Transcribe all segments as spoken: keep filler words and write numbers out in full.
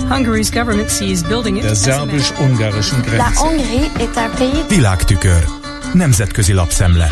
Hungary's government sees building it. Der szerbus-ungarischen Grenze. La Hongrie est un pays. Világtükör. Nemzetközi lapszemle.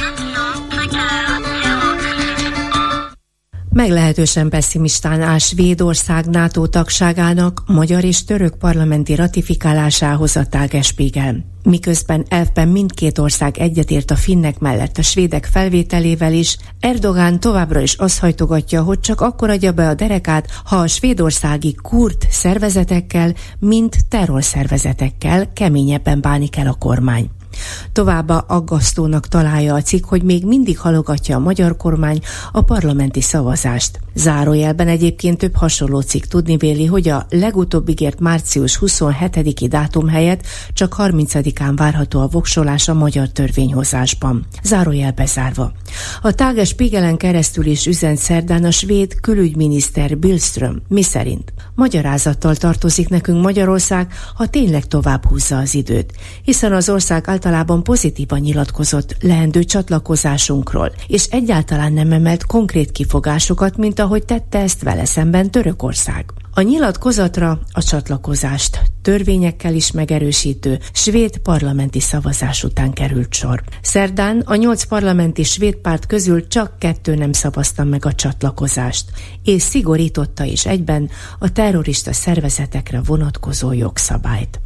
Meglehetősen pesszimistán áll Svédország NATO tagságának magyar és török parlamenti ratifikálásához a Tagesspiegel. Miközben elvben mindkét ország egyetért a finnek mellett a svédek felvételével is, Erdogan továbbra is azt hajtogatja, hogy csak akkor adja be a derekát, ha a svédországi kurd szervezetekkel, mint terrorszervezetekkel keményebben bánik el a kormány. Továbbá aggasztónak találja a cikk, hogy még mindig halogatja a magyar kormány a parlamenti szavazást. Zárójelben egyébként több hasonló cikk tudni véli, hogy a legutóbb ígért március huszonhetediki dátum helyett csak harmincadikán várható a voksolás a magyar törvényhozásban. Zárójel bezárva. A Tagesspiegelen keresztül is üzent szerdán a svéd külügyminiszter Billström, miszerint magyarázattal tartozik nekünk Magyarország, ha tényleg tovább húzza az időt, hiszen az ország általában pozitívan nyilatkozott leendő csatlakozásunkról, és egyáltalán nem emelt konkrét kifogásokat, mint ahogy tette ezt vele szemben Törökország. A nyilatkozatra a csatlakozást törvényekkel is megerősítő svéd parlamenti szavazás után került sor. Szerdán a nyolc parlamenti svéd párt közül csak kettő nem szavazta meg a csatlakozást, és szigorította is egyben a terrorista szervezetekre vonatkozó jogszabályt.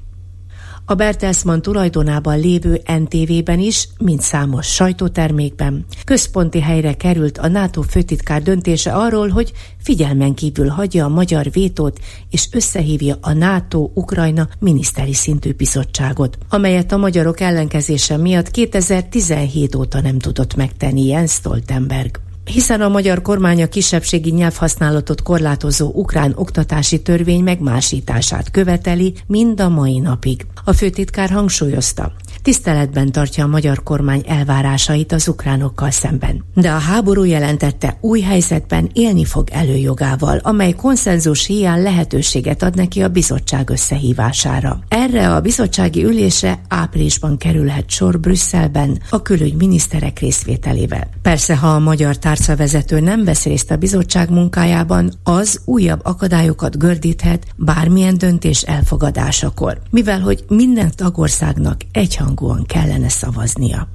A Bertelsmann tulajdonában lévő en té vében is, mint számos sajtótermékben, központi helyre került a NATO főtitkár döntése arról, hogy figyelmen kívül hagyja a magyar vétót és összehívja a NATO-Ukrajna miniszteri szintű bizottságot, amelyet a magyarok ellenkezése miatt kétezer-tizenhét óta nem tudott megtenni Jens Stoltenberg. Hiszen a magyar kormány a kisebbségi nyelvhasználatot korlátozó ukrán oktatási törvény megmásítását követeli mind a mai napig. A főtitkár hangsúlyozta, tiszteletben tartja a magyar kormány elvárásait az ukránokkal szemben. De a háború jelentette új helyzetben élni fog előjogával, amely konszenzus hiány lehetőséget ad neki a bizottság összehívására. Erre a bizottsági ülésre áprilisban kerülhet sor Brüsszelben a külügyminiszterek részvételével. Persze, ha a magyar tárcavezető nem vesz részt a bizottság munkájában, az újabb akadályokat gördíthet bármilyen döntés elfogadásakor, mivel hogy minden tagországnak egyhangúan kellene szavaznia.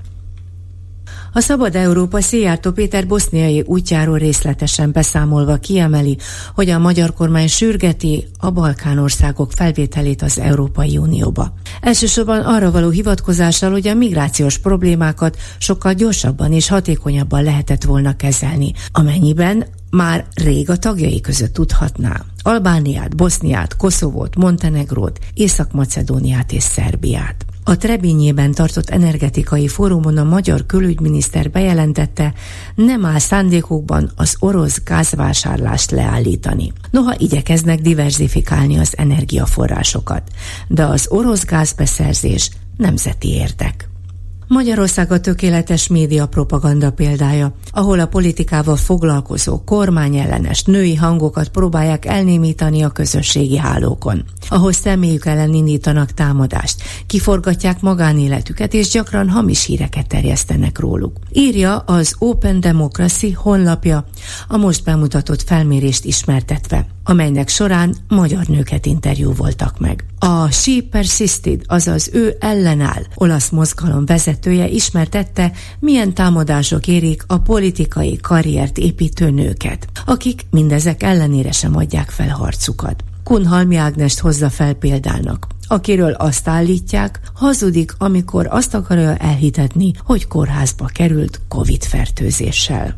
A Szabad Európa Szijjártó Péter boszniai útjáról részletesen beszámolva kiemeli, hogy a magyar kormány sürgeti a Balkán országok felvételét az Európai Unióba. Elsősorban arra való hivatkozással, hogy a migrációs problémákat sokkal gyorsabban és hatékonyabban lehetett volna kezelni, amennyiben már rég a tagjai között tudhatná Albániát, Boszniát, Koszovót, Montenegrót, Észak-Macedóniát és Szerbiát. A Trebinjében tartott energetikai fórumon a magyar külügyminiszter bejelentette, nem áll szándékukban az orosz gázvásárlást leállítani. Noha igyekeznek diverzifikálni az energiaforrásokat, de az orosz gázbeszerzés nemzeti érdek. Magyarország a tökéletes média propaganda példája, ahol a politikával foglalkozó kormányellenes női hangokat próbálják elnémítani a közösségi hálókon, ahol személyük ellen indítanak támadást, kiforgatják magánéletüket és gyakran hamis híreket terjesztenek róluk. Írja az Open Democracy honlapja a most bemutatott felmérést ismertetve, amelynek során magyar nőket interjúvoltak meg. A She Persisted, azaz ő ellenáll olasz mozgalom vezetője ismertette, milyen támadások érik a politikai karriert építő nőket, akik mindezek ellenére sem adják fel harcukat. Kunhalmi Ágnest hozza fel példának, akiről azt állítják, hazudik, amikor azt akarja elhitetni, hogy kórházba került Covid-fertőzéssel.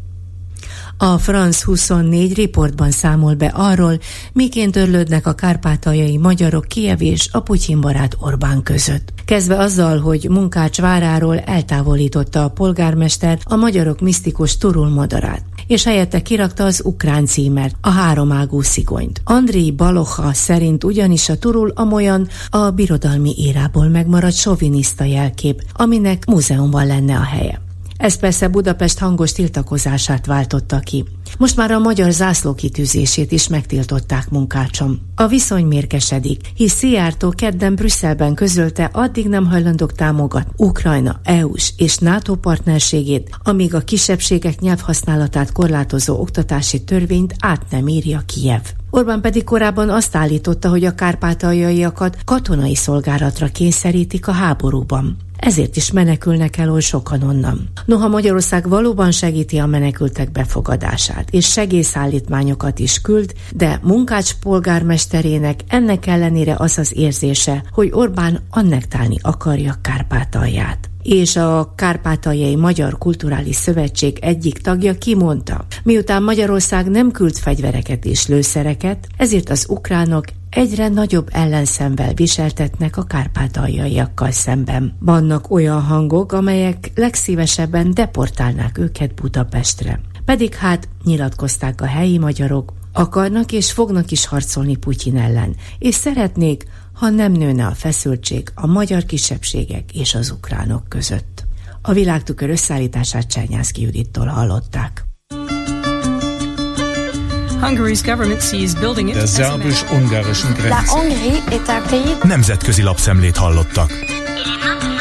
A France huszonnégy riportban számol be arról, miként örlődnek a kárpátaljai magyarok Kijev és a Putyin-barát Orbán között. Kezdve azzal, hogy Munkács váráról eltávolította a polgármester a magyarok misztikus Turul madarát, és helyette kirakta az ukrán címert, a háromágú szigonyt. Andrei Balocha szerint ugyanis a Turul amolyan a birodalmi érából megmaradt soviniszta jelkép, aminek múzeumban lenne a helye. Ez persze Budapest hangos tiltakozását váltotta ki. Most már a magyar zászló kitűzését is megtiltották Munkácson. A viszony mérgesedik, hisz Szijjártó kedden Brüsszelben közölte, addig nem hajlandók támogatni Ukrajna é u-s és NATO partnerségét, amíg a kisebbségek nyelvhasználatát korlátozó oktatási törvényt át nem írja Kijev. Orbán pedig korábban azt állította, hogy a kárpátaljaiakat katonai szolgálatra kényszerítik a háborúban. Ezért is menekülnek el oly sokan onnan. Noha Magyarország valóban segíti a menekültek befogadását, és segélyszállítmányokat is küld, de Munkács polgármesterének ennek ellenére az az érzése, hogy Orbán annektálni akarja Kárpátalját. És a Kárpátaljai Magyar Kulturális Szövetség egyik tagja kimondta, miután Magyarország nem küld fegyvereket és lőszereket, ezért az ukránok egyre nagyobb ellenszemvel viseltetnek a kárpátaljaiakkal szemben. Vannak olyan hangok, amelyek legszívesebben deportálnák őket Budapestre. Pedig hát nyilatkozták a helyi magyarok, akarnak és fognak is harcolni Putyin ellen, és szeretnék, ha nem nőne a feszültség a magyar kisebbségek és az ukránok között. A Világtükör összeállítását Csernyánszky Judittól hallották. Hungary's government sees building it Der szerbus-ungarischen Grenze. Nemzetközi lapszemlét hallottak.